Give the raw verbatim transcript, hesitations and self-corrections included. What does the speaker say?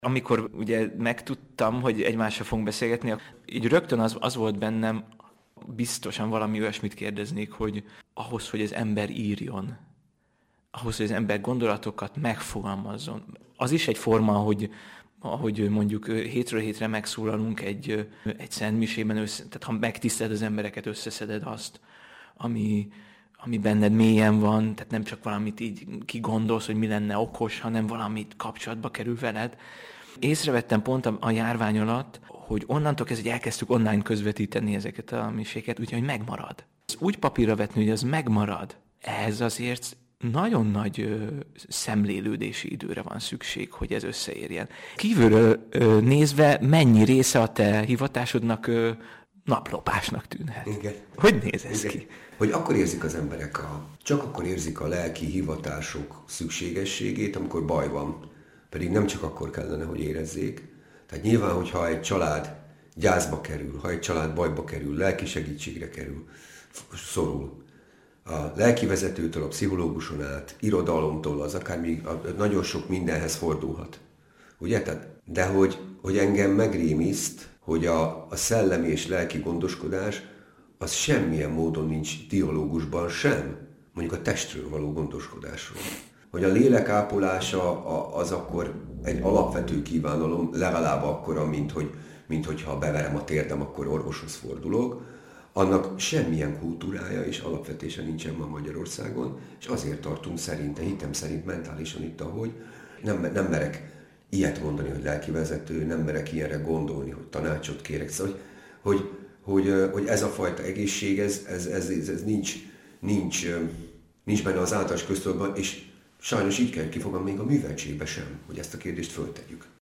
Amikor ugye megtudtam, hogy egymással fogunk beszélgetni, így rögtön az, az volt bennem, biztosan valami olyasmit kérdeznék, hogy ahhoz, hogy az ember írjon, ahhoz, hogy az ember gondolatokat megfogalmazzon. Az is egy forma, hogy ahogy mondjuk hétről hétre megszólalunk egy, egy szentmisében, össze, tehát ha megtiszteled az embereket, összeszeded azt, ami, ami benned mélyen van, tehát nem csak valamit így kigondolsz, hogy mi lenne okos, hanem valamit kapcsolatba kerül veled. Észrevettem pont a, a járvány alatt, hogy onnantól kezdve, hogy elkezdtük online közvetíteni ezeket a miséket, úgyhogy megmarad. Úgy papírra vetni, hogy az megmarad, ehhez azért nagyon nagy ö, szemlélődési időre van szükség, hogy ez összeérjen. Kívülről ö, nézve, mennyi része a te hivatásodnak ö, naplopásnak tűnhet? Igen. Hogy néz ez Igen. ki? Hogy akkor érzik az emberek, a, csak akkor érzik a lelki hivatások szükségességét, amikor baj van. Pedig nem csak akkor kellene, hogy érezzék. Tehát nyilván, hogyha egy család gyászba kerül, ha egy család bajba kerül, lelki segítségre kerül, szorul, a lelki vezetőtől, a pszichológuson át, irodalomtól, az akár még a, nagyon sok mindenhez fordulhat. Ugye? Tehát, de hogy, hogy engem megrémiszt, hogy a, a szellemi és lelki gondoskodás az semmilyen módon nincs dialógusban sem, mondjuk a testről való gondoskodásról. Hogy a lélek ápolása az akkor egy alapvető kívánalom, legalább akkora, mint, hogy, mint hogyha beverem a térdem, akkor orvoshoz fordulok. Annak semmilyen kultúrája és alapvetése nincsen ma Magyarországon, és azért tartunk szerinte, hitem szerint mentálisan itt, ahogy nem, nem merek ilyet mondani, hogy lelkivezető, nem merek ilyenre gondolni, hogy tanácsot kérek. Szóval, hogy, hogy, hogy, hogy ez a fajta egészség, ez, ez, ez, ez, ez nincs, nincs, nincs benne az általános köztudatban, és sajnos így kell kifogalmazni még a műveltségbe sem, hogy ezt a kérdést föltegyük.